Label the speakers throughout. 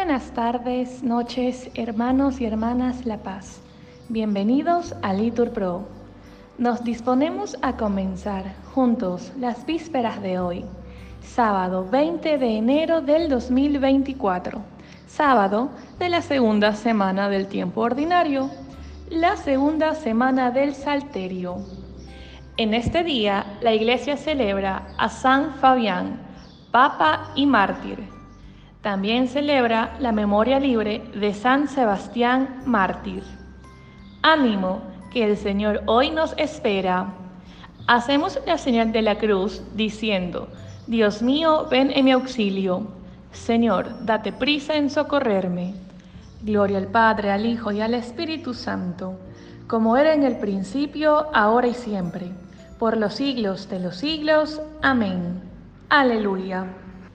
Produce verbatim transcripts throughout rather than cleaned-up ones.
Speaker 1: buenas tardes, noches, hermanos y hermanas La Paz. Bienvenidos a Litur Pro. Nos disponemos a comenzar juntos las vísperas de hoy, sábado veinte de enero del dos mil veinticuatro, sábado de la segunda semana del tiempo ordinario, la segunda semana del Salterio. En este día, la Iglesia celebra a San Fabián, Papa y mártir. También celebra la memoria libre de San Sebastián, mártir. Ánimo, que el Señor hoy nos espera. Hacemos la señal de la cruz, diciendo: Dios mío, ven en mi auxilio. Señor, date prisa en socorrerme. Gloria al Padre, al Hijo y al Espíritu Santo, como era en el principio, ahora y siempre, por los siglos de los siglos. Amén. Aleluya.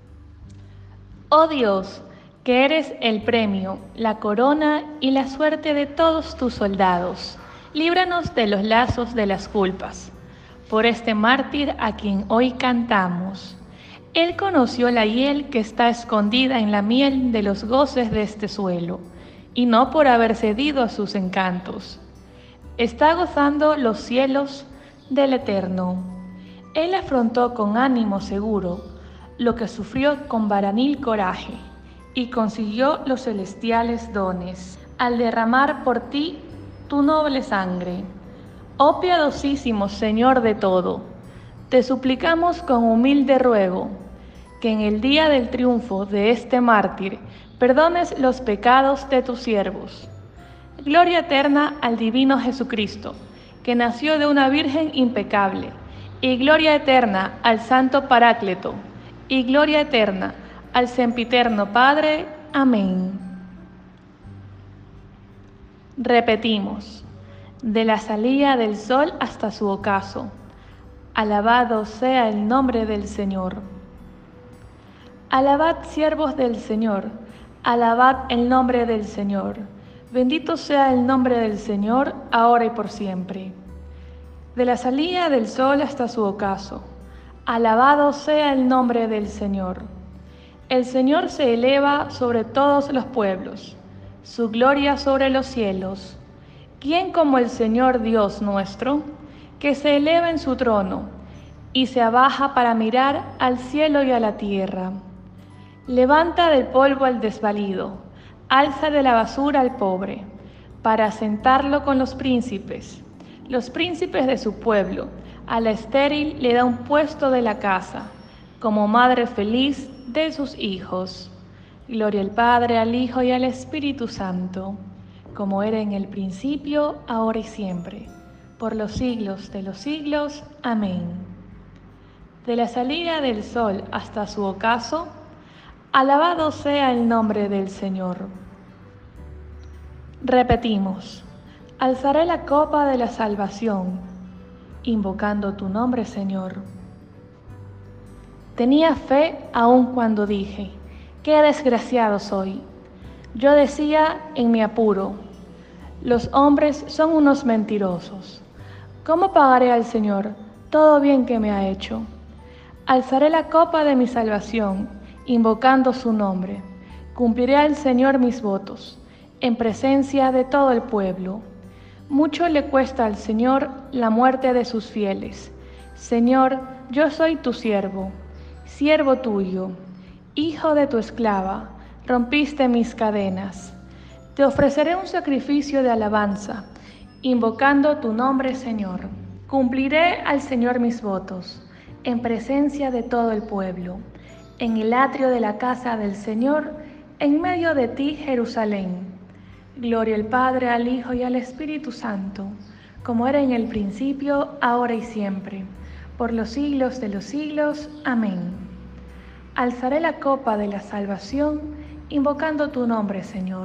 Speaker 1: Oh Dios, que eres el premio, la corona y la suerte de todos tus soldados, líbranos de los lazos de las culpas. Por este mártir a quien hoy cantamos. Él conoció la hiel que está escondida en la miel de los goces de este suelo, y no por haber cedido a sus encantos. Está gozando los cielos del Eterno. Él afrontó con ánimo seguro lo que sufrió con varonil coraje, y consiguió los celestiales dones, al derramar por ti tu noble sangre. Oh piadosísimo Señor de todo, te suplicamos con humilde ruego, que en el día del triunfo de este mártir perdones los pecados de tus siervos. Gloria eterna al divino Jesucristo, que nació de una virgen impecable, y gloria eterna al santo Paráclito, y gloria eterna al sempiterno Padre. Amén. Repetimos: de la salida del sol hasta su ocaso, alabado sea el nombre del Señor. Alabad, siervos del Señor, alabad el nombre del Señor. Bendito sea el nombre del Señor, ahora y por siempre. De la salida del sol hasta su ocaso, alabado sea el nombre del Señor. El Señor se eleva sobre todos los pueblos, su gloria sobre los cielos. ¿Quién como el Señor Dios nuestro, que se eleva en su trono y se abaja para mirar al cielo y a la tierra? Levanta del polvo al desvalido, alza de la basura al pobre, para sentarlo con los príncipes, los príncipes de su pueblo. A la estéril le da un puesto de la casa, como madre feliz de sus hijos. Gloria al Padre, al Hijo y al Espíritu Santo, como era en el principio, ahora y siempre, por los siglos de los siglos. Amén. De la salida del sol hasta su ocaso, alabado sea el nombre del Señor. Repetimos: alzaré la copa de la salvación, invocando tu nombre, Señor. Tenía fe aun cuando dije: qué desgraciado soy. Yo decía en mi apuro: los hombres son unos mentirosos. ¿Cómo pagaré al Señor todo bien que me ha hecho? Alzaré la copa de mi salvación, invocando su nombre. Cumpliré al Señor mis votos, en presencia de todo el pueblo. Mucho le cuesta al Señor la muerte de sus fieles. Señor, yo soy tu siervo, siervo tuyo, hijo de tu esclava, rompiste mis cadenas. Te ofreceré un sacrificio de alabanza, invocando tu nombre, Señor. Cumpliré al Señor mis votos, en presencia de todo el pueblo, en el atrio de la casa del Señor, en medio de ti, Jerusalén. Gloria al Padre, al Hijo y al Espíritu Santo, como era en el principio, ahora y siempre, por los siglos de los siglos. Amén. Alzaré la copa de la salvación, invocando tu nombre, Señor.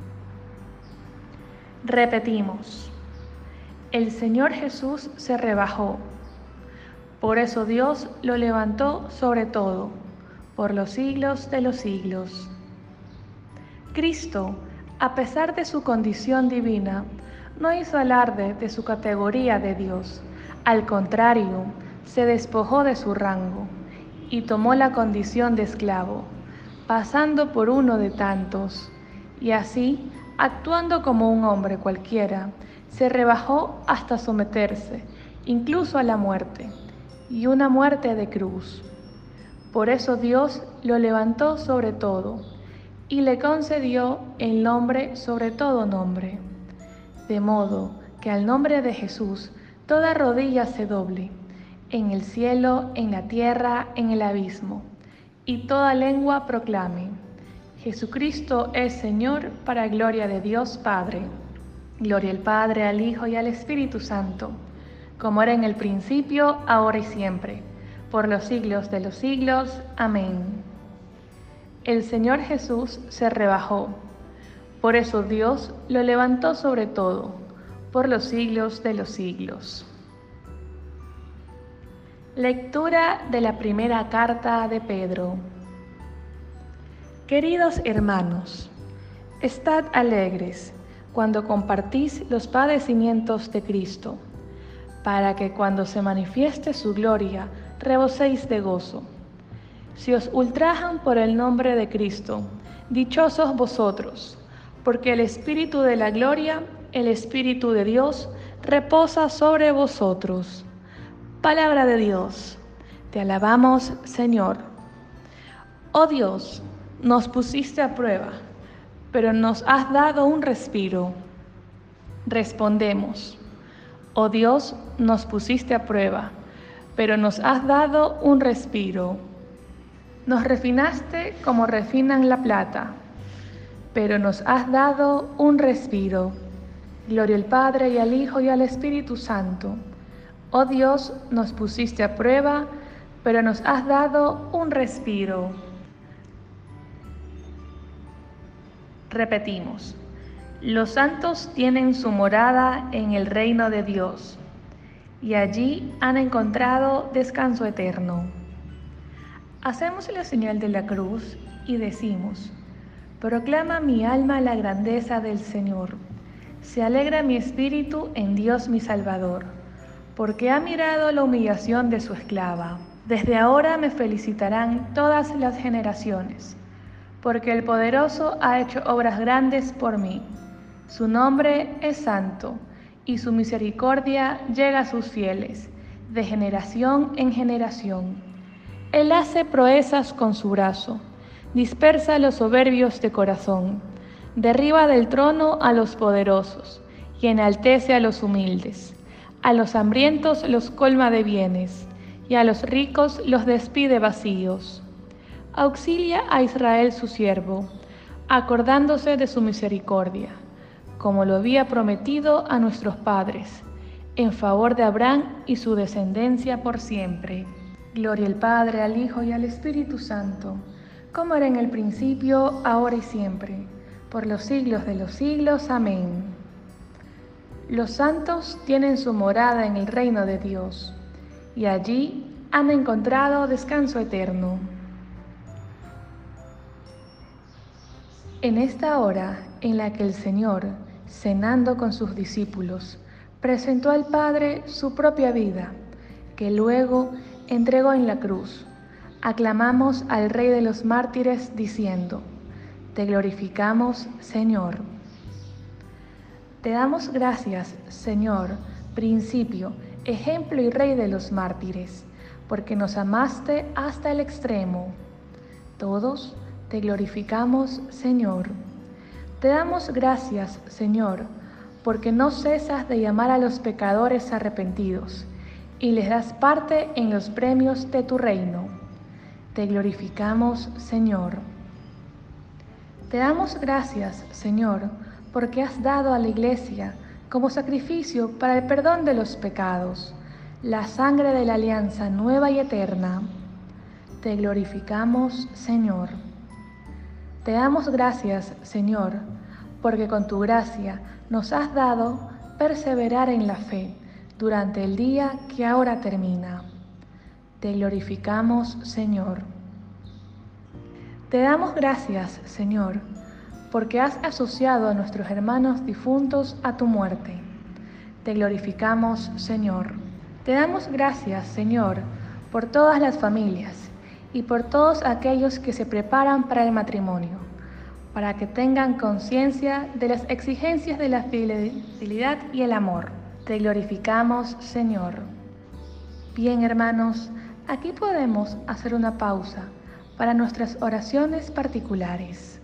Speaker 1: Repetimos: el Señor Jesús se rebajó, por eso Dios lo levantó sobre todo, por los siglos de los siglos. Cristo, a pesar de su condición divina, no hizo alarde de su categoría de Dios. Al contrario, se despojó de su rango y tomó la condición de esclavo, pasando por uno de tantos, y así, actuando como un hombre cualquiera, se rebajó hasta someterse, incluso a la muerte, y una muerte de cruz. Por eso Dios lo levantó sobre todo, y le concedió el nombre sobre todo nombre, de modo que al nombre de Jesús toda rodilla se doble, en el cielo, en la tierra, en el abismo, y toda lengua proclame: Jesucristo es Señor, para gloria de Dios Padre. Gloria al Padre, al Hijo y al Espíritu Santo, como era en el principio, ahora y siempre, por los siglos de los siglos. Amén. El Señor Jesús se rebajó, por eso Dios lo levantó sobre todo, por los siglos de los siglos. Lectura de la primera carta de Pedro. Queridos hermanos, estad alegres cuando compartís los padecimientos de Cristo, para que cuando se manifieste su gloria reboséis de gozo. Si os ultrajan por el nombre de Cristo, dichosos vosotros, porque el Espíritu de la gloria, el Espíritu de Dios, reposa sobre vosotros. Palabra de Dios. Te alabamos, Señor. Oh Dios, nos pusiste a prueba, pero nos has dado un respiro. Respondemos: oh Dios, nos pusiste a prueba, pero nos has dado un respiro. Nos refinaste como refinan la plata, pero nos has dado un respiro. Gloria al Padre y al Hijo y al Espíritu Santo. Oh Dios, nos pusiste a prueba, pero nos has dado un respiro. Repetimos: los santos tienen su morada en el reino de Dios, y allí han encontrado descanso eterno. Hacemos la señal de la cruz y decimos: proclama mi alma la grandeza del Señor. Se alegra mi espíritu en Dios mi Salvador, porque ha mirado la humillación de su esclava. Desde ahora me felicitarán todas las generaciones, porque el Poderoso ha hecho obras grandes por mí. Su nombre es santo, y su misericordia llega a sus fieles, de generación en generación. Él hace proezas con su brazo, dispersa a los soberbios de corazón, derriba del trono a los poderosos, y enaltece a los humildes. A los hambrientos los colma de bienes, y a los ricos los despide vacíos. Auxilia a Israel su siervo, acordándose de su misericordia, como lo había prometido a nuestros padres, en favor de Abraham y su descendencia por siempre. Gloria al Padre, al Hijo y al Espíritu Santo, como era en el principio, ahora y siempre, por los siglos de los siglos. Amén. Los santos tienen su morada en el reino de Dios, y allí han encontrado descanso eterno. En esta hora en la que el Señor, cenando con sus discípulos, presentó al Padre su propia vida, que luego entregó en la cruz, aclamamos al Rey de los mártires diciendo: te glorificamos, Señor. Te damos gracias, Señor, principio, ejemplo y Rey de los mártires, porque nos amaste hasta el extremo. Todos te glorificamos, Señor. Te damos gracias, Señor, porque no cesas de llamar a los pecadores arrepentidos y les das parte en los premios de tu reino. Te glorificamos, Señor. Te damos gracias, Señor, porque has dado a la Iglesia como sacrificio para el perdón de los pecados, la sangre de la alianza nueva y eterna. Te glorificamos, Señor. Te damos gracias, Señor, porque con tu gracia nos has dado perseverar en la fe durante el día que ahora termina. Te glorificamos, Señor. Te damos gracias, Señor, porque has asociado a nuestros hermanos difuntos a tu muerte. Te glorificamos, Señor. Te damos gracias, Señor, por todas las familias, y por todos aquellos que se preparan para el matrimonio, para que tengan conciencia de las exigencias de la fidelidad y el amor. Te glorificamos, Señor. Bien, hermanos, aquí podemos hacer una pausa para nuestras oraciones particulares.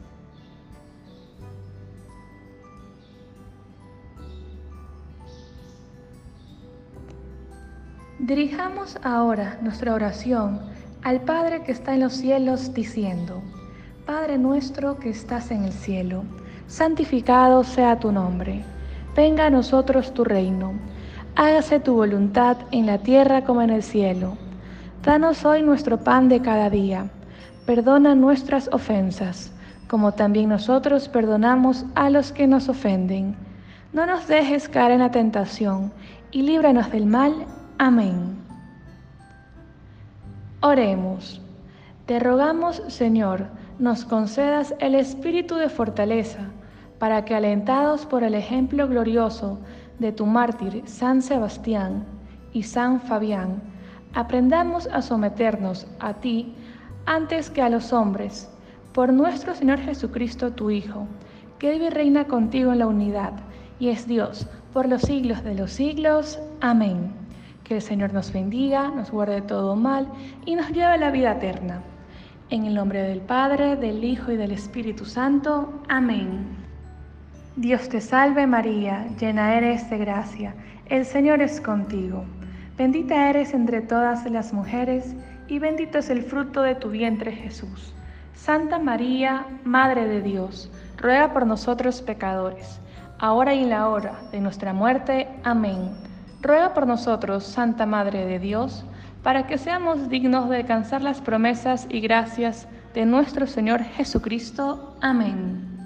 Speaker 1: Dirijamos ahora nuestra oración al Padre que está en los cielos, diciendo: Padre nuestro que estás en el cielo, santificado sea tu nombre. Venga a nosotros tu reino. Hágase tu voluntad en la tierra como en el cielo. Danos hoy nuestro pan de cada día. Perdona nuestras ofensas, como también nosotros perdonamos a los que nos ofenden. No nos dejes caer en la tentación, y líbranos del mal. Amén. Oremos. Te rogamos, Señor, nos concedas el espíritu de fortaleza, para que, alentados por el ejemplo glorioso de tu mártir San Sebastián y San Fabián, aprendamos a someternos a ti antes que a los hombres, por nuestro Señor Jesucristo, tu Hijo, que vive y reina contigo en la unidad, y es Dios por los siglos de los siglos. Amén. Que el Señor nos bendiga, nos guarde de todo mal y nos lleve a la vida eterna. En el nombre del Padre, del Hijo y del Espíritu Santo. Amén. Dios te salve María, llena eres de gracia, el Señor es contigo. Bendita eres entre todas las mujeres, y bendito es el fruto de tu vientre Jesús. Santa María, Madre de Dios, ruega por nosotros pecadores, ahora y en la hora de nuestra muerte. Amén. Ruega por nosotros, Santa Madre de Dios, para que seamos dignos de alcanzar las promesas y gracias de nuestro Señor Jesucristo. Amén.